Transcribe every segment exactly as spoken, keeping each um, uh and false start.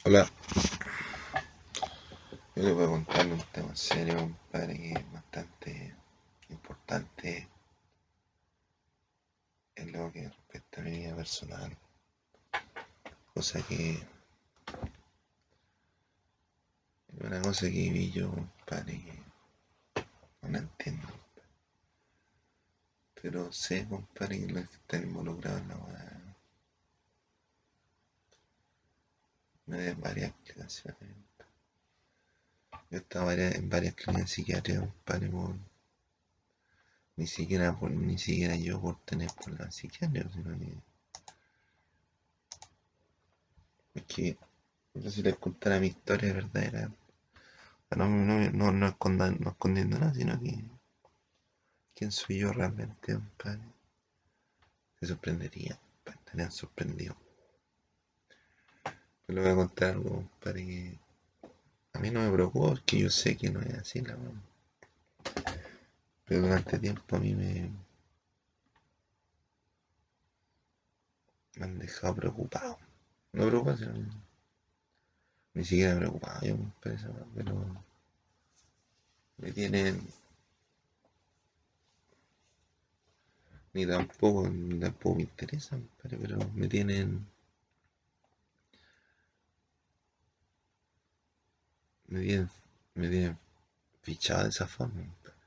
Hola, yo les voy a contar un tema serio, compadre, que es bastante importante en lo que respecta a mi vida personal, cosa que es una cosa que vi yo, compadre, que no la entiendo, pero sé, compadre, que los que están involucrados en la weá me den varias explicaciones. Yo he estado varias- en varias clínicas psiquiátricas, compadre, por, ni siquiera por, ni siquiera yo por tener problemas psiquiátricos, sino que es que yo si les contara mi historia verdadera. No, no, no, no, escondan- no escondiendo nada, sino que quién soy yo realmente, compadre. Se sorprendería, compadre, estarían sorprendidos. Yo le voy a contar algo, compadre, que a mí no me preocupa porque yo sé que no es así la weá. Pero durante tiempo a mí me, me han dejado preocupado. No preocupado, sino ni siquiera preocupado yo, compadre, esa weá, pero me tienen, ni tampoco, ni tampoco me interesa, compadre, pero me tienen, me tienen, me tienen fichado de esa forma.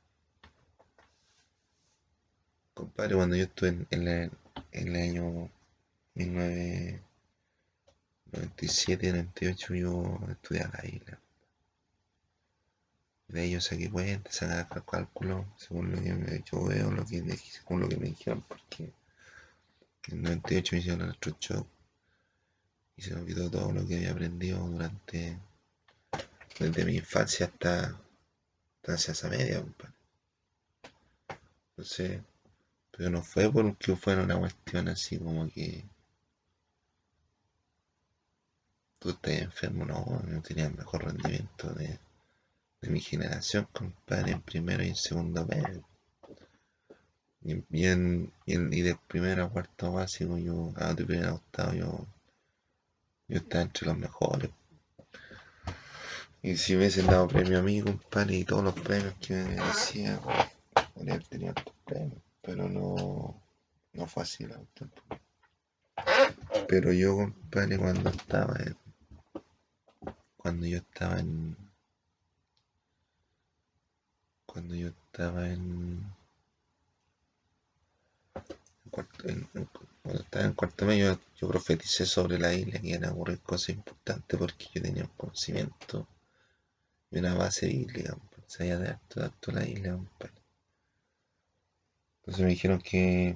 Compadre, cuando yo estuve en, en, la- en el año mil novecientos noventa y siete, noventa y ocho, yo estudiaba la isla. De ahí yo saqué cuentas, saqué cálculos, según lo que me, yo veo, lo que, según lo que me dijeron, porque en el noventa y ocho me hicieron el electroshock y se me olvidó todo lo que había aprendido durante, desde mi infancia hasta, hasta esa media, compadre. Entonces, pero no fue porque fuera una cuestión así como que tú estás enfermo, no, yo tenía el mejor rendimiento de, de mi generación, compadre, en primero y en segundo medio. Y, y en, y, en- y de primero a cuarto básico, yo, a de primero a octavo, yo, yo estaba entre los mejores. Y si me hubiesen dado premio a mí, compadre, y todos los premios que me merecía, podría haber tenido estos premios. Pero no, no fue así la cuestión. Pero yo, compadre, cuando estaba en, cuando yo estaba en, cuando yo estaba en, en cuarto, en- en- cuando estaba en cuarto medio, yo, yo profeticé sobre la isla que iban a ocurrir cosas importantes porque yo tenía un conocimiento y una base bíblica, compadre. Sabía de harto, de harto la isla, compadre. Entonces me dijeron que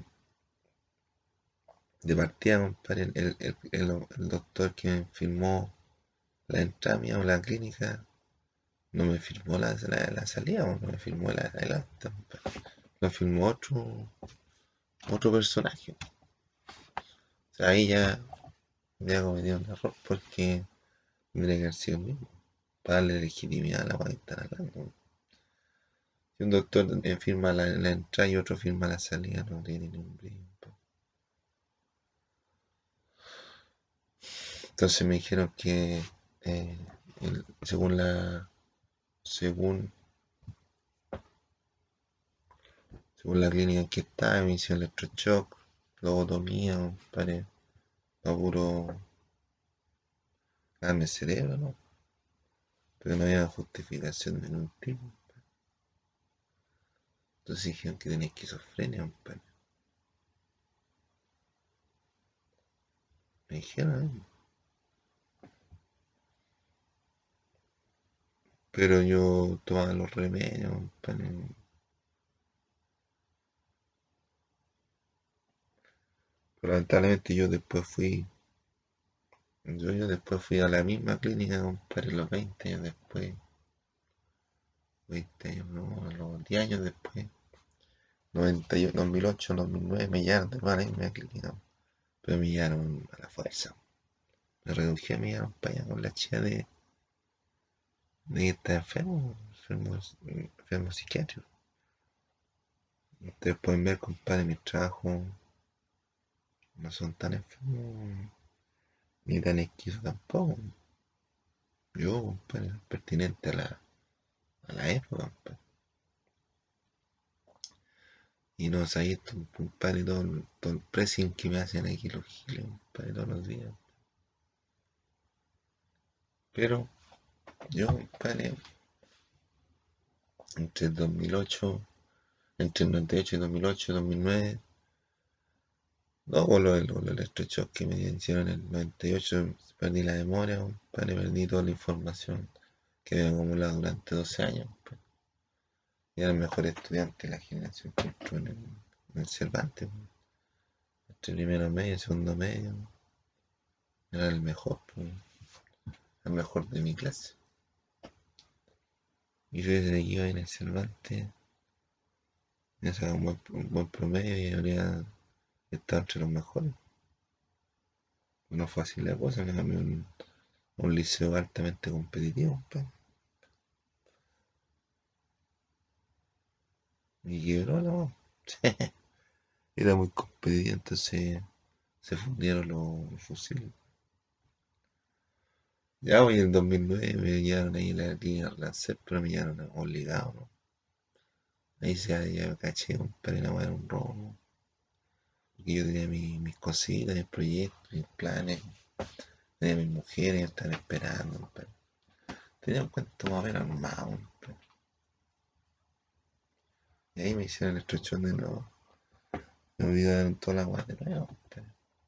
de partida, compadre, el, el, el, el doctor que me firmó la entrada mía o la clínica no me firmó la, la, la salida, no me firmó la, el acta, compadre. Lo firmó otro, otro personaje. O sea, ahí ya, ya cometí un error porque tendría que haber sido el mismo para darle legitimidad a la que están hablando. Si un doctor eh, firma la, la entrada y otro firma la salida, no tiene ningún brillo. Entonces me dijeron que eh, el- según la según, según la clínica en que estaba, me hicieron electroshock, lobotomía, compadre, pa' puro darme el cerebro, ¿no? Pero no había justificación de ningún tipo. Entonces dijeron que tenía esquizofrenia, compadre. Me dijeron, ¿eh? Pero yo tomaba los remedios, compadre. Pero lamentablemente yo después fui, yo, yo después fui a la misma clínica, compadre, los veinte años después, veinte años, no, los diez años después, noventa y ocho, dos mil ocho, dos mil nueve, me llevaron de nuevo a la misma clínica, pero me llevaron a la fuerza. Me redujeron, me llevaron para allá con la chica de, de que está enfermo, enfermo, enfermo psiquiátrico. Ustedes pueden ver, compadre, mis trabajos no son tan enfermos, ni tan esquizos tampoco. Yo, compadre, pertinente a la, a la época, compadre. Y no sabía esto, compadre, todo, el- todo el pressing que me hacen aquí los giles, compadre, todos los días. Pero yo, compadre, entre el dos mil ocho, entre el noventa y ocho y dos mil ocho, dos mil nueve, no, con lo, lo, los electroshocks que me hicieron en el noventa y ocho, perdí la memoria, compadre, perdí toda la información que había acumulado durante doce años, compadre. Y era el mejor estudiante de la generación que entró en el, en el Cervantes, entre primero medio y segundo medio. Era el mejor, pues, el mejor de mi clase. Y yo desde que iba en el Cervantes, me sacaba un buen, un buen promedio y habría estado entre los mejores. No fue así la cosa, me cambió un, un liceo altamente competitivo, pues. Y quebró la voz. Era muy competitivo, entonces se fundieron los fusiles. Ya hoy en dos mil nueve me llegaron ahí la línea Lancet, pero me llegaron obligados, ¿no? Ahí ya, ya caché, compadre, no era un robo, ¿no? Porque yo tenía mi- mis cositas, mis proyectos, mis planes, tenía mis mujeres, me estaban esperando, compadre. Tenía un cuento más o menos armado, compadre. Y ahí me hicieron el estrecho de nuevo. Me olvidaron toda la guay de nuevo, compadre.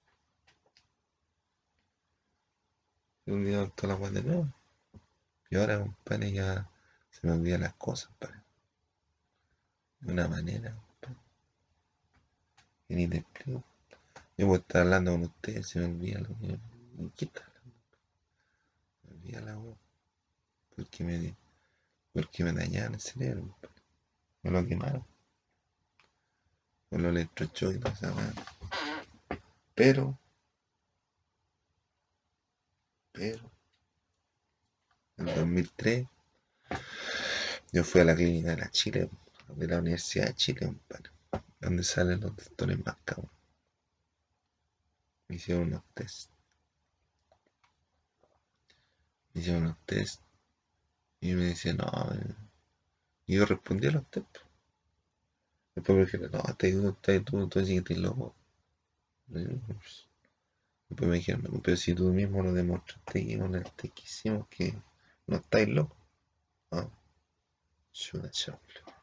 Me olvidaron toda la guay de nuevo. Y ahora, compadre, ya se me olvidan las cosas, compadre. De una manera, compadre, que ni te explico. Yo puedo estar hablando con ustedes, se me olvida lo que... ¿Qué está hablando? Me olvida la voz. Porque me, porque me dañaron el cerebro, compadre. Me lo quemaron. Con los electrochoques y toda esa weá. Pero, pero, en dos mil tres yo fui a la clínica de la Chile, de la Universidad de Chile, compadre, donde salen los doctores más cabros. Me hicieron unos test, me hicieron unos test y me decían, no, eh, y yo respondí a los test, po. Después me dijeron, no, estás tú, estás tú, tú sí que estás loco. Y yo, pues, después me dijeron, no, pero si tú mismo lo demostraste que con el test que hicimos que no estáis loco. Ah, chuta, chaval.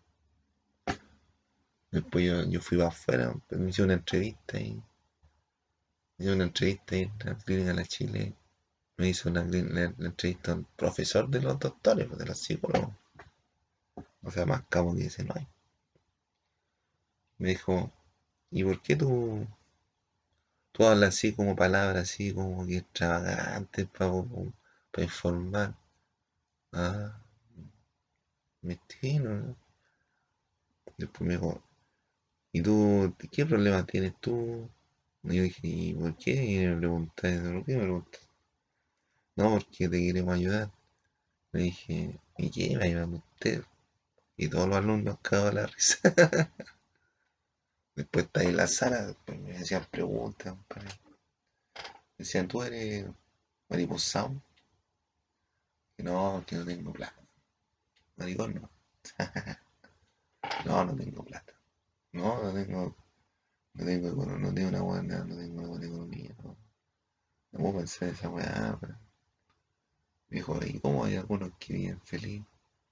Después yo, yo fui para afuera, pues, me hicieron una entrevista y me hicieron una entrevista ahí en la clínica de la Chile. Me hizo una, la, la entrevista un profesor de los doctores, pues, de los psicólogos. O sea, más cabo que ese no hay. Me dijo, ¿y por qué tú, tú hablas así como palabras así como que extravagantes para informar? Ah, mezquino, ¿no? Después me dijo, ¿y tú qué problema tienes tú? Y yo dije, ¿y por qué? Y me pregunté, ¿por qué me preguntas? No, porque te queremos ayudar. Le dije, ¿y qué me ayudan usted? Y todos los alumnos cagaban la risa. Después está ahí en la sala, después me hacían preguntas, compadre. Me decían, ¿tú eres mariposao? Y no, que no tengo plata. Maricón, no. No, no tengo plata. No, no tengo, no tengo, econo- no tengo una buena, no tengo una buena economía, no. No puedo pensar esa weá, pero me dijo, ¿y cómo hay algunos que viven feliz?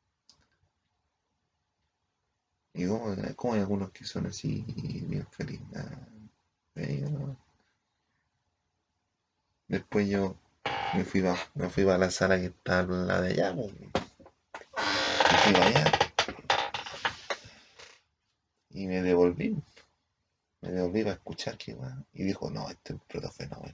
¿Y cómo, cómo hay algunos que son así y bien feliz? Nada, eh, no. Después yo me fui pa- me fui para la sala que estaba al lado de allá, po. Me fui para allá y me devolví. Me devolví para escuchar que va. Y dijo, no, este es un protofenómeno.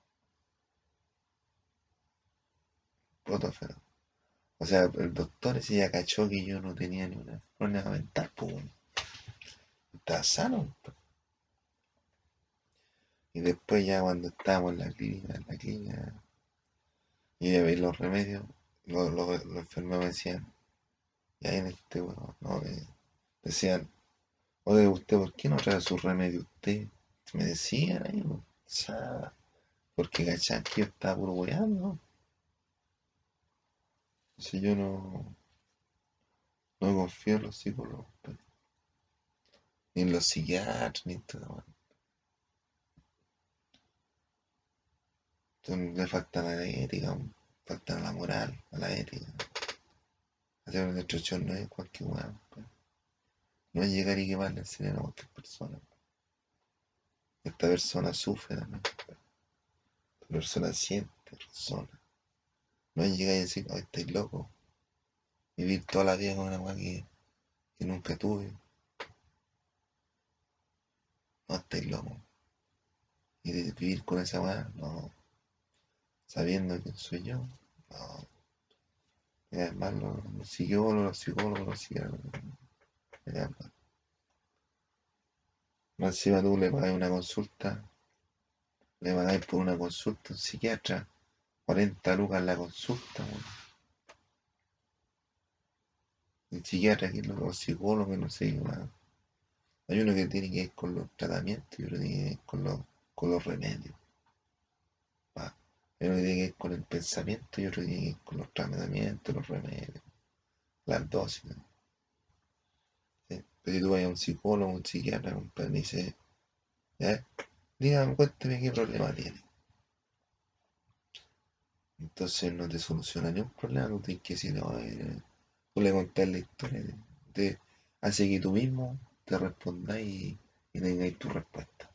Protofenómeno. O sea, el doctor ese ya cachó que yo no tenía ni una problema mental, pues, bueno, estaba sano. Y después ya cuando estábamos en la clínica, en la clínica, y iba a ver los remedios, los, los, los enfermeros me decían, ya en este, bueno, no, eh, decían, oye, usted, ¿por qué no trae su remedio usted? Me decían ahí, pues, o sea, porque cachan que yo estaba puro weando. Si yo no, no confío en los psicólogos, pues, ni en los psiquiatras, ni en todo. Entonces, le falta la ética, falta la moral, a la ética. Hacer una destrucción no es cualquier weón, pues. No es llegar y quemarle el cerebro a cualquier persona. Esta persona sufre también. La persona siente, persona. No es llegar y decir, oh, estáis loco. Vivir toda la vida con una weá que, que nunca tuve. No, estáis loco. Y de vivir con esa weá, no. Sabiendo quién soy yo, no. Y además los, los psicólogos, los psicólogos, los psiquiatras. Además, más encima tú le pagas una consulta, le pagáis por una consulta a un psiquiatra, cuarenta lucas la consulta, weón. El psiquiatra, que los psicólogos, no sé, weón. Hay uno que tiene que ir con los tratamientos y otro tiene que ir con los, con los remedios. Va. Hay uno que tiene que ir con el pensamiento y otro tiene que ir con los tratamientos, los remedios, las dosis, ¿no? ¿Sí? Pero si tú vas a un psicólogo, un psiquiatra, compadre, y dice, ya, dígame, cuénteme qué problema tiene. Entonces no te soluciona ni un problema, tú tienes que decirle, oye, tú le contás la historia, de, de- hace que tú mismo te respondas y, y tengáis tu respuesta.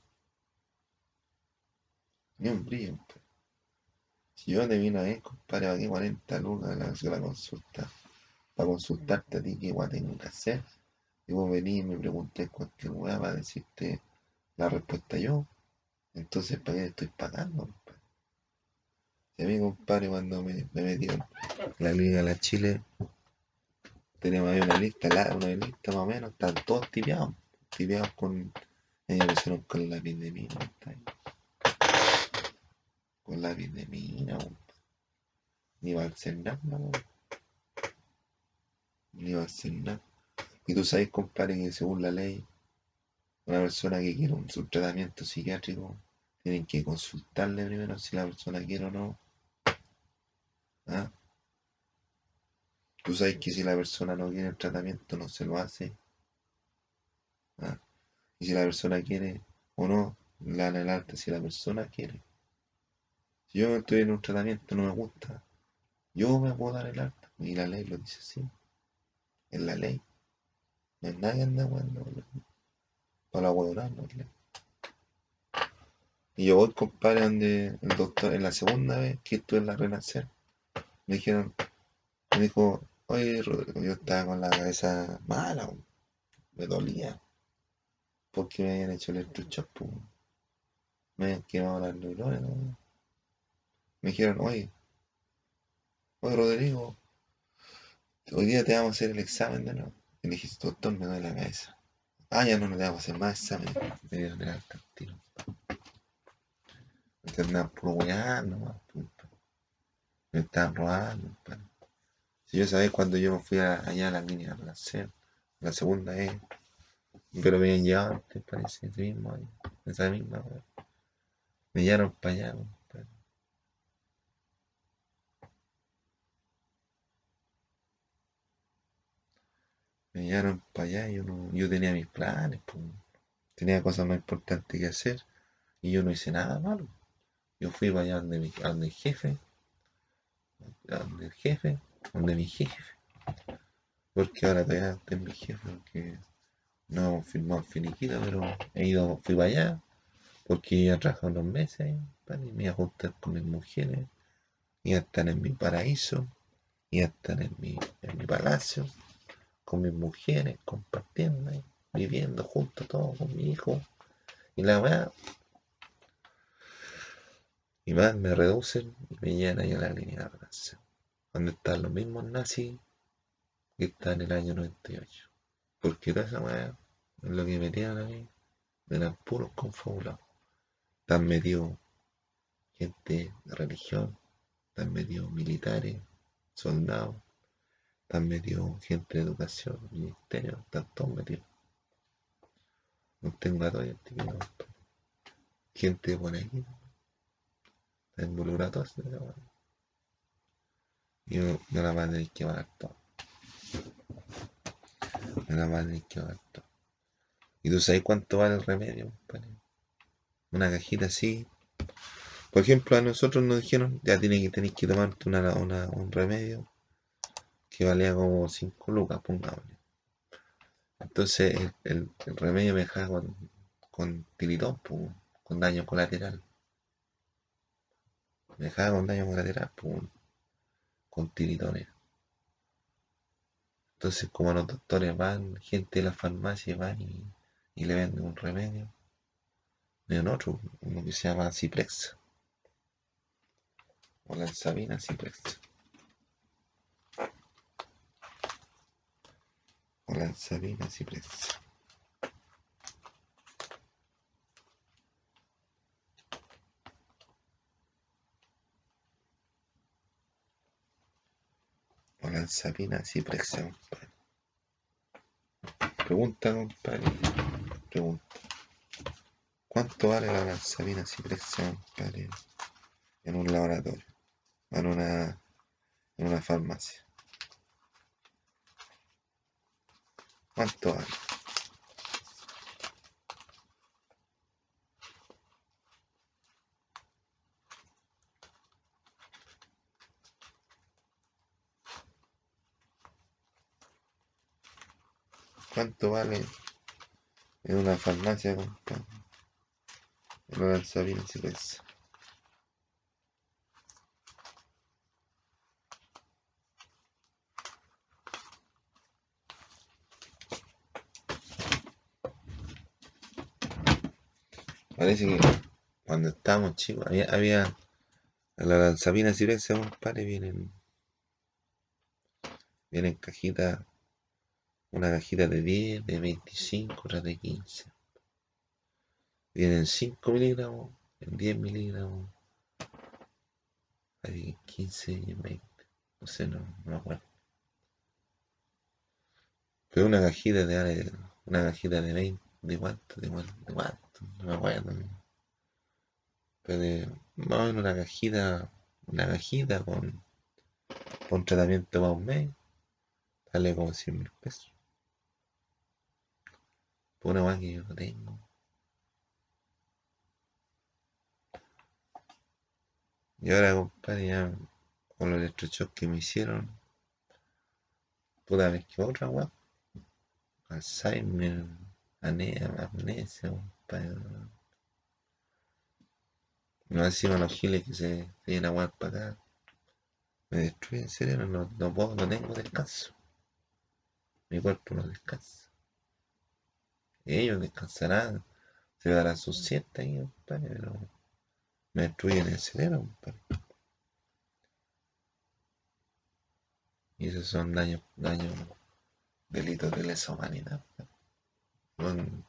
Ni un brillo, compadre. Si yo te vine a ver, compadre, aquí cuarenta lucas la, la consulta, para consultarte a ti qué guay tengo que hacer, y vos venís y me preguntáis cualquier weá para decirte la respuesta yo, entonces ¿para qué te estoy pagando, compadre? Si a mí, compadre, cuando me, me metieron la Liga de la Chile, teníamos ahí una lista, la- una lista más o menos, están todos tipeados, tipeados con, ellos lo hicieron con lápiz de mina, compadre, con lápiz de mina, compadre. Ni va a hacer nada, weón, ni va a hacer nada. Y tú sabes, compadre, que según la ley, una persona que quiere un subtratamiento psiquiátrico, tienen que consultarle primero si la persona quiere o no. ¿Ah? Tú sabes que si la persona no quiere el tratamiento, no se lo hace. ¿Ah? Y si la persona quiere o no, le dan el alta si la persona quiere. Si yo estoy en un tratamiento, no me gusta, yo me puedo dar el alta. Y la ley lo dice así. Es la ley. No hay nadie anda bueno, para la huevona, no es ley. Y yo voy, compadre, donde el doctor, en la segunda vez que estuve en la Renacer, me dijeron, me dijo, oye, Rodrigo, yo estaba con la cabeza mala, me dolía, porque me habían hecho el electroshock, pues, me habían quemado las neuronas, ¿no? Me dijeron, oye, oye, Rodrigo, hoy día te vamos a hacer el examen de nuevo. Y le dije, doctor, me duele la cabeza. Ah, ya no, no te vamos a hacer más exámenes. Me dieron el alta al tiro. Me andaban puro weando, nomás, puta. Me estaban robando, compadre. Si yo sabía cuando yo me fui a, allá a la línea de la C, la segunda vez, pero me habían llevado antes, parece, ese mismo año, esa misma, weón. Me llevaron para allá, compadre. Me llevaron para allá y yo, no, yo tenía mis planes, pues. Tenía cosas más importantes que hacer y yo no hice nada malo. Yo fui para allá donde, mi, a donde el jefe, a donde el jefe, donde mi jefe, porque ahora todavía está mi jefe, porque no hemos firmado finiquito, pero he ido, fui para allá, porque ya trabajado unos meses, ¿vale? Y me iba a juntar con mis mujeres, iba a estar en mi paraíso, iba a estar en mi, en mi palacio, con mis mujeres, compartiendo, ahí, viviendo juntos todos con mi hijo, y la weá, y más me reducen y me llevan ahí a la línea de redacción, donde están los mismos nazis que están en el año noventa y ocho. Porque toda esa weá, lo que metían a mí, eran puros confabulados. Están metidos gente de religión, están metidos militares, soldados, están metidos gente de educación, ministerio, están todos metidos. No tengo a todos identificados. Gente por aquí, está involucrada toda esa weá. Y no, no la vas a tener que pagar todo. No la vas a tener que pagar todo. ¿Y tú sabes cuánto vale el remedio, compadre? Una cajita así. Por ejemplo, a nosotros nos dijeron, ya tienes que, tenéis que tomarte una, una- un remedio que valía como cinco lucas, pongámosle. Entonces el, el- el remedio me dejaba con, con tiritón, pues, con daño colateral. Me dejaba con daño colateral, pues, con tiritones. Entonces, como los doctores van, gente de la farmacia van y, y le venden un remedio, me dio otro, uno que se llama Ciplex, o la Sabina Ciplex, o la Sabina Ciplex. O la Sabina Ciplex, compadre. Pregunta, compadre, pregunta. ¿Cuánto vale la Lanzavina Ciplex, compadre, en un laboratorio, en una, en una farmacia? ¿Cuánto vale? ¿Cuánto vale en una farmacia, compadre? En una Lanzavina Ciplex. Parece que cuando estábamos chicos había, había la Lanzavina Ciplex, compadre, vienen, vienen cajitas, una cajita de diez, de veinticinco, otra de quince. Vienen cinco miligramos, en diez miligramos, hay quince y veinte. No sé, no, no me acuerdo. Pero una cajita de, una cajita de veinte, de cuánto, de cuánto, de cuánto, no me acuerdo. Pero de, más o menos una cajita, una cajita con, con tratamiento más un mes, sale como cien mil pesos. Por una weá que yo no tengo. Y ahora, compadre, ya con los electroshocks que me hicieron, puta vez que otra weá. Alzheimer, ane- amnesia, compadre. No encima los giles que se vienen a weá para acá. Me destruye el cerebro, no, no puedo, no tengo descanso. Mi cuerpo no descansa. Ellos descansarán, se darán sus siestas ahí, compadre, pero me destruyen el cerebro, compadre. Y esos son daños, daños, delitos de lesa humanidad, son,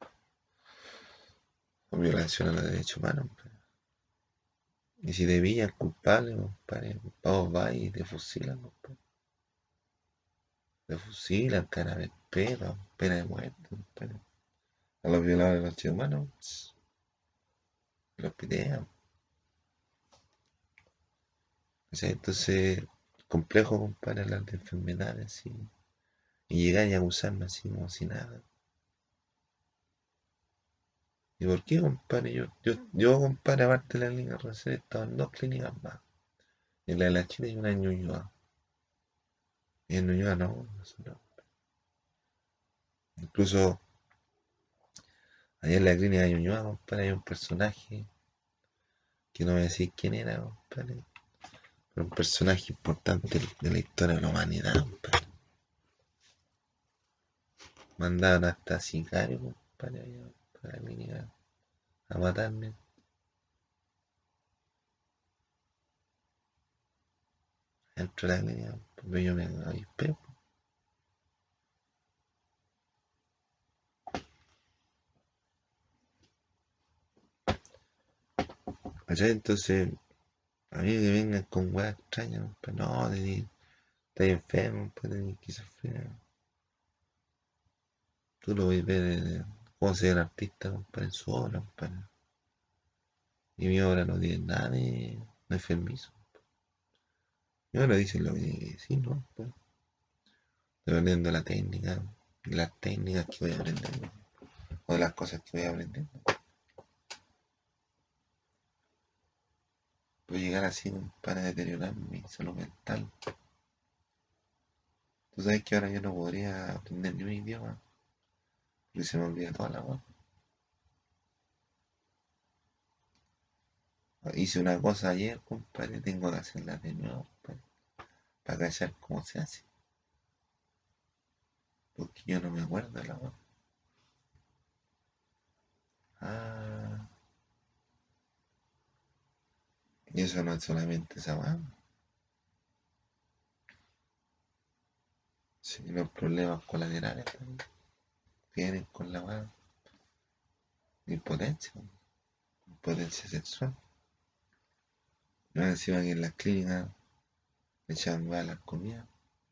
son violaciones a los derechos humanos, compadre. Y si te pillan culpable, compadre, vos vas y te fusilan, compadre. Te fusilan, cara de pena, pena de muerte, compadre. A los violadores de los derechos humanos, los pitean. O sea, entonces, complejo, compadre, hablar de enfermedades y, y llegar y abusarme así como si nada. ¿Y por qué, compadre? Yo, yo, yo compadre, aparte de la clínica Rosel, he estado en dos clínicas más. En la de la China y una en Ñuñoa. Y en Ñuñoa no, eso no. Incluso allá en la clínica de Ñuñoa, compadre, hay un personaje que no voy a decir quién era, compadre, pero un personaje importante de la historia de la humanidad, compadre. Mandaban hasta sicarios, compadre, allá para la clínica a matarme. Dentro de la clínica, porque yo me avispé. ¿Cachai? Entonces, a mí que vengan con weas extrañas, pues no, tenés, estás enfermo, pues tenés esquizofrenia. Tú lo ves ver eh, cómo se ve el artista, compadre, en su obra, compadre. Y mi obra no tiene nada de, no es enfermizo. Y ahora dicen lo que sí, ¿no? Pues, dependiendo de la técnica, de las técnicas que voy aprendiendo, o de las cosas que voy aprendiendo. Puedo llegar así para deteriorar mi salud mental. Tú sabes que ahora yo no podría aprender ni un idioma, porque se me olvida toda la voz. Hice una cosa ayer, compadre, tengo que hacerla de nuevo, compadre, para cachar cómo se hace, porque yo no me acuerdo de la voz. Ah, y eso no es solamente esa voz, sino los problemas colaterales también vienen con la voz, impotencia, impotencia sexual. No, encima que en las clínicas me echaban hueá a las comidas,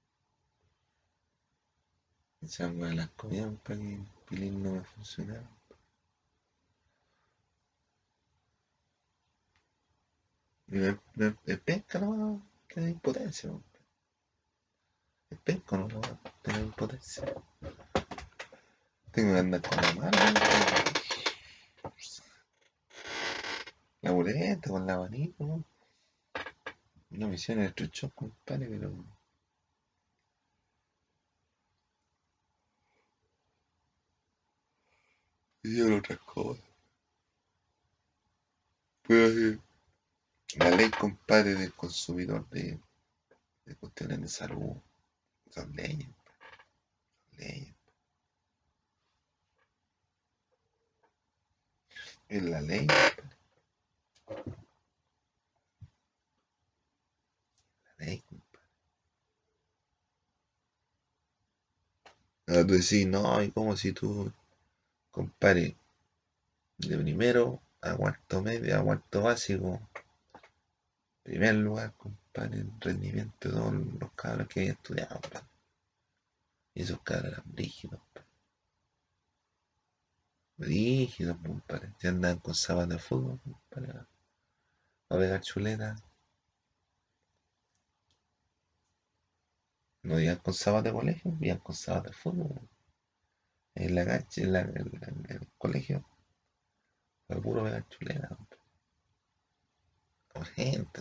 me echaban hueá a las comidas para que el pilín no me funcionara. Y me, me, me pesca nomás tener impotencia, me pesca nomás tener impotencia. Tengo que andar con la mano, la boleta, con la abanico, ¿no? Una misión electrochoc, compadre, pero hicieron otras cosas. Pero la ley, compadre, del consumidor de, de cuestiones de salud, son leyes, leyes. Es la ley, la ley. Ahora tú decís, no, y como si tú, compadre, de primero a cuarto medio, a cuarto básico, primer lugar, compadre, en rendimiento de todos los cabros que había estudiado, compadre. Y esos cabros eran rígidos, rígidos, compadre. Se andaban con zapatos de fútbol, compadre, a pegar chuletas. No iban con zapatos de colegio, iban con zapatos de fútbol. En la cancha, en, la, en, la, en el colegio, para puro pegar chuletas, compadre. Con gente,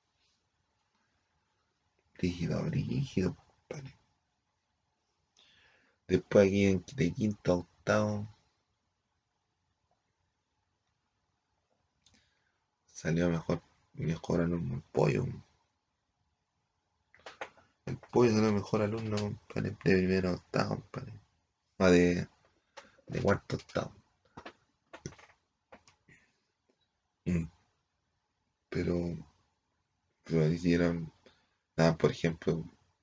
rígido, rígido, compadre. Después aquí en, de quinto a octavo salió mejor, mejor alumno el pollo. El pollo salió mejor alumno, compadre, de primero a octavo, compadre. Ah, de, de cuarto a octavo. Mm, Pero, pero hicieron, nada, por ejemplo,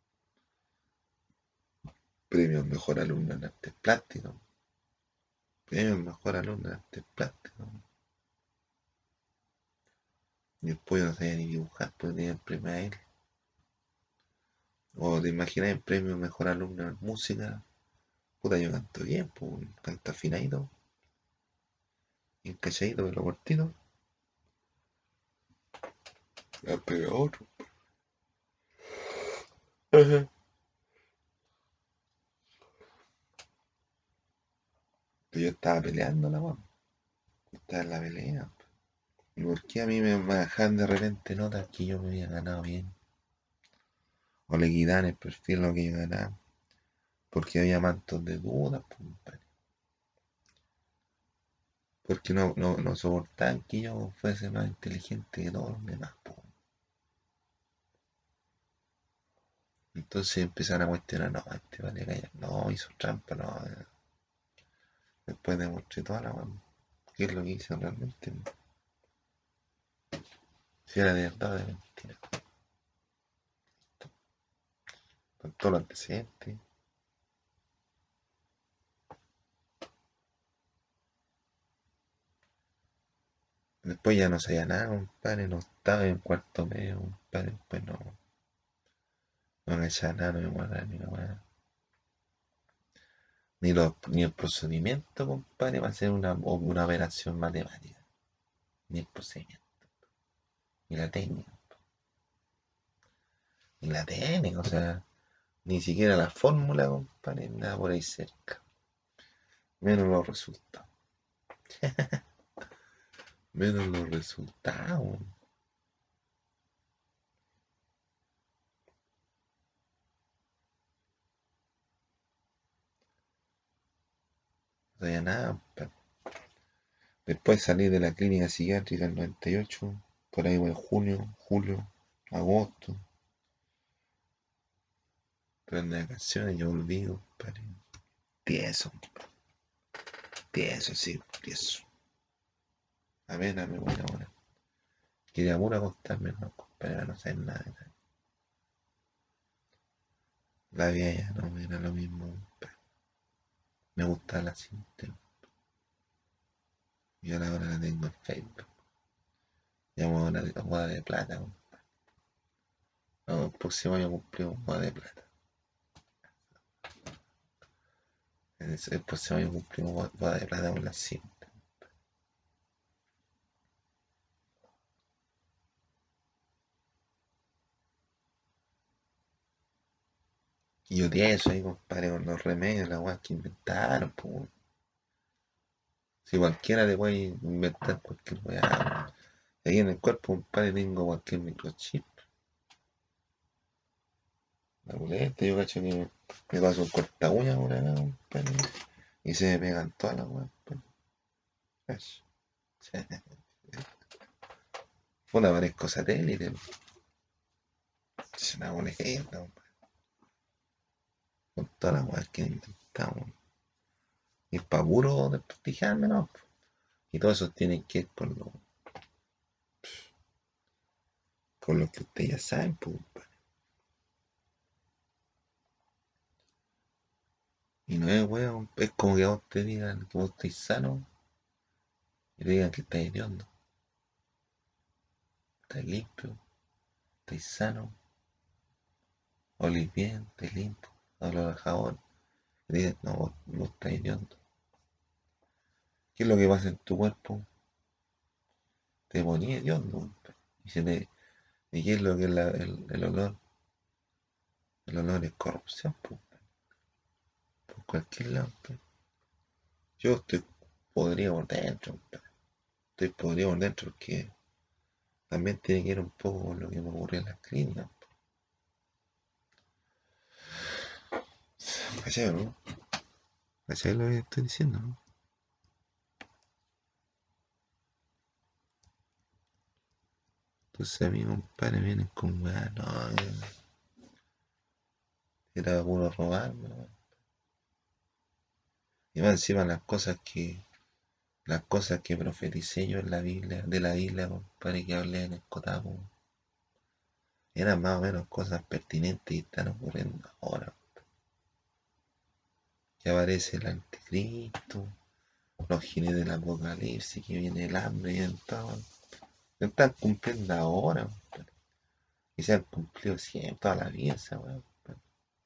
premio mejor alumno en artes plásticas, premio mejor alumno en artes plásticas. Y el pollo no sabía ni dibujar, pues tenía el premio a él. O te imaginas el premio mejor alumno en música. Puta, yo canto bien, pues, canto afinadito, bien calladito, pero cortito. Ah, pero otro. Ajá. Pero yo estaba peleando la weá, estaba en la pelea. ¿Y por qué a mí me bajan de repente notas que yo me había ganado bien? O le quitan el perfil lo que yo ganaba. Porque había mantos de dudas, pues, compadre. Porque no, no, no soportaban que yo fuese más inteligente que todos los demás, pues. Entonces empezaron a cuestionar, no, este vale callar, no, hizo trampa, no. eh. Después demostré toda la weá, qué es lo que hice realmente, si era de verdad o de mentira, con todos los antecedentes. Después ya no sabía nada, compadre, no estaba en cuarto medio, compadre, después no, no me echaba nada, no me guardaba ni una weá. Ni, los, ni el procedimiento, compadre, va a ser una, una operación matemática. Ni el procedimiento, ni la técnica. Y la tiene, o sea, ni siquiera la fórmula, compadre, nada por ahí cerca. Menos los resultados. Menos los resultados. No sabía nada, compadre. Después salí de la clínica psiquiátrica en el noventa y ocho, por ahí, en junio, julio, agosto. Prende de vacaciones, yo volví, compadre. Tieso, tieso, sí, tieso. Apenas me voy ahora. Quería puro acostarme, no, compadre, no saber nada de nada. La vida ya no era lo mismo, compadre. Me gustaba la cinta. Y ahora ahora la tengo en Facebook. Llamo a una de boda de plata, compadre. No, el próximo año cumplimos boda de plata. El, el próximo año cumplimos boda de plata con la cinta. Y yo odié eso ahí, compadre, con los remedios, las weas que inventaron, pues. Si cualquiera te puede inventar cualquier wea. Ahí en el cuerpo, compadre, tengo cualquier microchip. La boleta, yo cacho que me, me paso un corta uña por acá, compadre. Y se me pegan todas las weas, pues. Fue una parezco satélite, es una boleta, compadre. Con todas las weas que inventamos. Y es pa' puro desprestigiarme, ¿no? Y todo eso tiene que ir por lo, por lo que ustedes ya saben, pues. Y no es weón, es como que a vos te digan que vos estáis sano y te digan que estáis hediondo. Estáis limpio, estáis sano, olís bien, estáis limpio, olor a jabón. Y te digan, no, vos, vos estáis hediondo. ¿Qué es lo que pasa en tu cuerpo? Te ponís hediondo. Y, se te, ¿y qué es lo que es la- el, el olor? El olor es corrupción, pues, por cualquier lado, pues. Yo estoy podrido por dentro, pues. Estoy podrido por dentro porque también tiene que ver un poco con lo que me ocurrió en las clínicas. ¿Cachai, no? ¿Cachai lo que estoy diciendo, no? Entonces a mi compadre vienen con weá, no, era puro robarme, weón. Y más encima las cosas que, las cosas que profeticé yo en la Biblia, de la Biblia, compadre, que hablé en el Cotapo, eran más o menos cosas pertinentes y están ocurriendo ahora. Que aparece el anticristo, los jinetes del apocalipsis, que viene el hambre y todo. Se están cumpliendo ahora, compadre. Y se han cumplido siempre, toda la vida esa weá, compadre.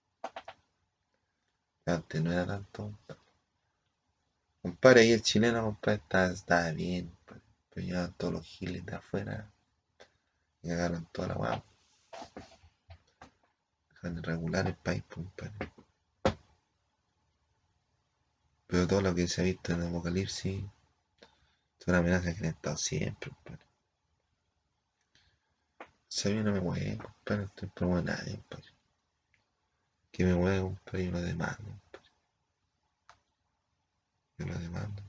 Antes no era tanto. Compadre, ahí el chileno, compadre, está, está bien, compadre. Pero llevan todos los giles de afuera y agarran toda la weá. Dejan regular el país, pues, compadre. Pero todo lo que se ha visto en el apocalipsis son amenazas que han estado siempre, compadre. Si a mí no me mueve, compadre, no estoy promoviendo a nadie, compadre. Que me mueve, compadre, yo lo demando, compadre. Yo lo demando,